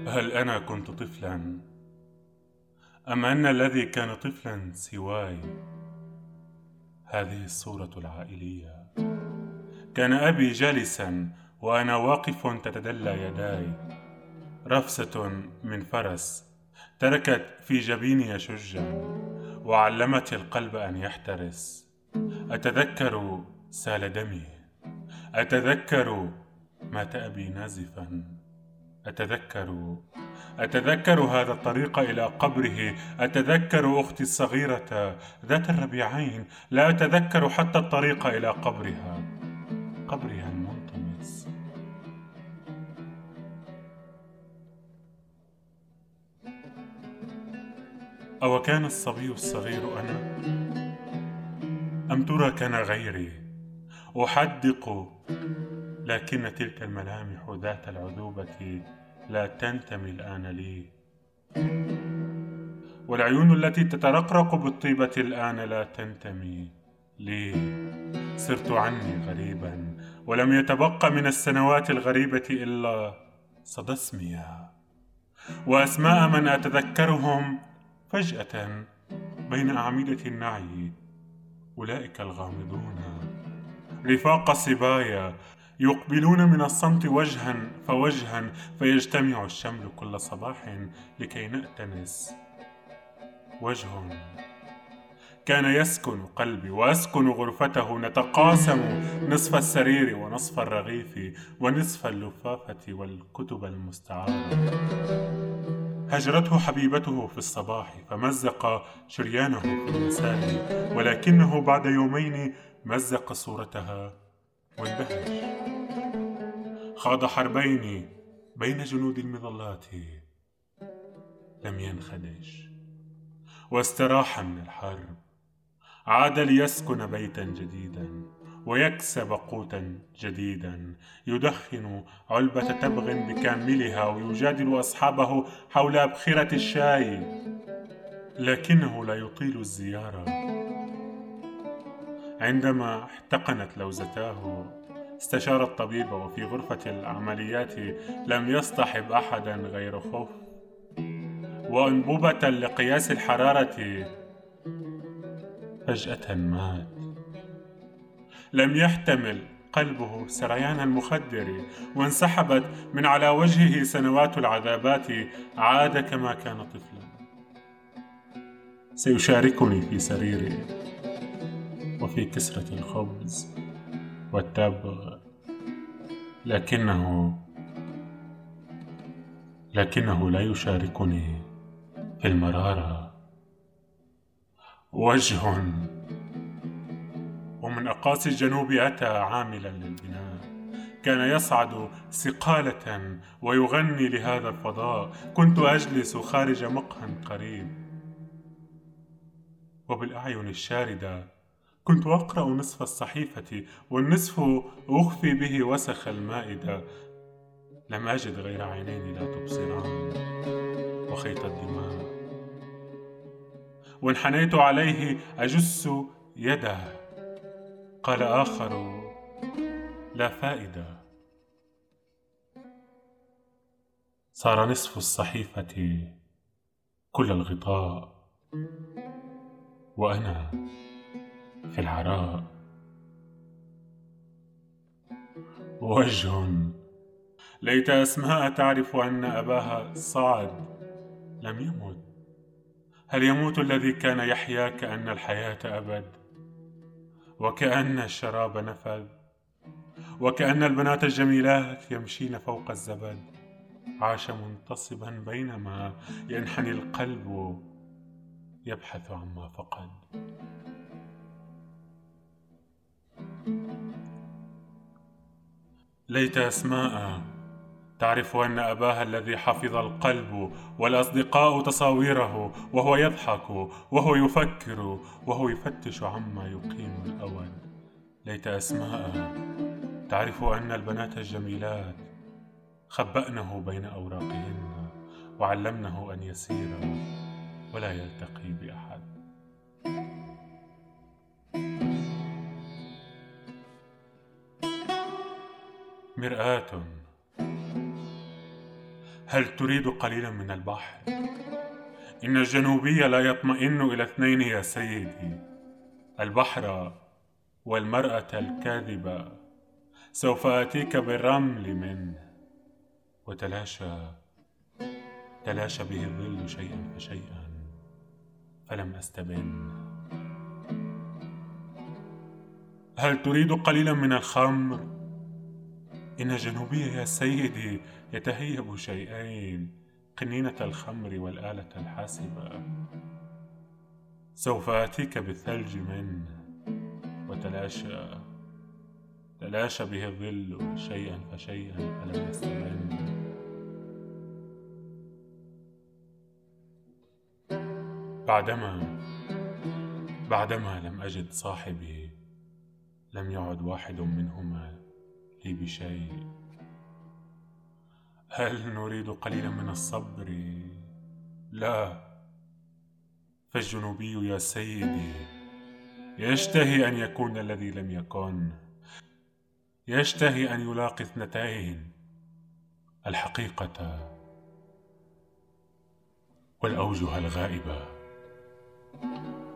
هل أنا كنت طفلا أم أن الذي كان طفلا سواي؟ هذه الصورة العائلية. كان أبي جالسا وأنا واقف تتدلى يداي. رفسة من فرس تركت في جبيني شجا وعلمت القلب أن يحترس. أتذكر سال دمي، أتذكر مات أبي نازفا، أتذكر هذا الطريق إلى قبره، أتذكر أختي الصغيرة ذات الربيعين، لا أتذكر حتى الطريق إلى قبرها المنطمس. أو كان الصبي الصغير أنا؟ أم ترى كان غيري؟ أحدق، لكن تلك الملامح ذات العذوبة لا تنتمي الآن لي، والعيون التي تترقرق بالطيبة الآن لا تنتمي لي. صرت عني غريبا، ولم يتبقى من السنوات الغريبة إلا صدى اسمي وأسماء من أتذكرهم فجأة بين أعمدة النعي. أولئك الغامضون رفاق صبايا يقبلون من الصمت وجها فوجها، فيجتمع الشمل كل صباح لكي نأتنس. وجه كان يسكن قلبي وأسكن غرفته، نتقاسم نصف السرير ونصف الرغيف ونصف اللفافة والكتب المستعارة. هجرته حبيبته في الصباح فمزق شريانه في المساء، ولكنه بعد يومين مزق صورتها واندهش. خاض حربين بين جنود المظلات، لم ينخدش واستراح من الحرب. عاد ليسكن بيتا جديدا ويكسب قوتا جديدا، يدخن علبة تبغ بكاملها ويجادل أصحابه حول أبخرة الشاي، لكنه لا يطيل الزيارة. عندما احتقنت لوزتاه استشار الطبيب، وفي غرفة العمليات لم يصطحب أحدا غير خوف وأنبوبة لقياس الحرارة. فجأة مات. لم يحتمل قلبه سريان المخدر، وانسحبت من على وجهه سنوات العذابات. عاد كما كان طفلا. سيشاركني في سريري وفي كسرة الخبز والتبغ، لكنه لا يشاركني في المرارة. وجه ومن أقاصي الجنوب أتى عاملا للبناء، كان يصعد سقالة ويغني لهذا الفضاء. كنت أجلس خارج مقهى قريب، وبالأعين الشاردة كنت أقرأ نصف الصحيفة والنصف أخفي به وسخ المائدة. لم أجد غير عينين لا تبصران وخيط الدماء. وانحنيت عليه أجس يده، قال آخر: لا فائدة. صار نصف الصحيفة كل الغطاء، وأنا في العراء. وجه ليت أسماء تعرف أن أباها صعد لم يمت. هل يموت الذي كان يحيا كأن الحياة أبد، وكأن الشراب نفذ، وكأن البنات الجميلات يمشين فوق الزبد؟ عاش منتصبا بينما ينحني القلب يبحث عما فقد. ليت أسماء تعرف أن أباها الذي حفظ القلب والأصدقاء تصاويره، وهو يضحك وهو يفكر وهو يفتش عما يقيم الأول. ليت أسماء تعرف أن البنات الجميلات خبأنه بين أوراقهن وعلمنه أن يسير ولا يلتقي بأحد. مرآة. هل تريد قليلا من البحر؟ إن الجنوبي لا يطمئن إلى اثنين يا سيدي، البحر والمرأة الكاذبة. سوف آتيك بالرمل منه، وتلاشى به الظل شيئا فشيئا، فلم أستبن. هل تريد قليلا من الخمر؟ إن الجنوبي يا سيدي يتهيب شيئين، قنينة الخمر والآلة الحاسبة. سوف آتيك بالثلج منه، وتلاشى به الظل شيئا فشيئا، فلم يستمن. بعدما لم أجد صاحبي، لم يعد واحد منهما لي بشيء. هل نريد قليلا من الصبر؟ لا، فالجنوبي يا سيدي يشتهي أن يكون الذي لم يكن، يشتهي أن يلاقي اثنتين، الحقيقة والأوجه الغائبة.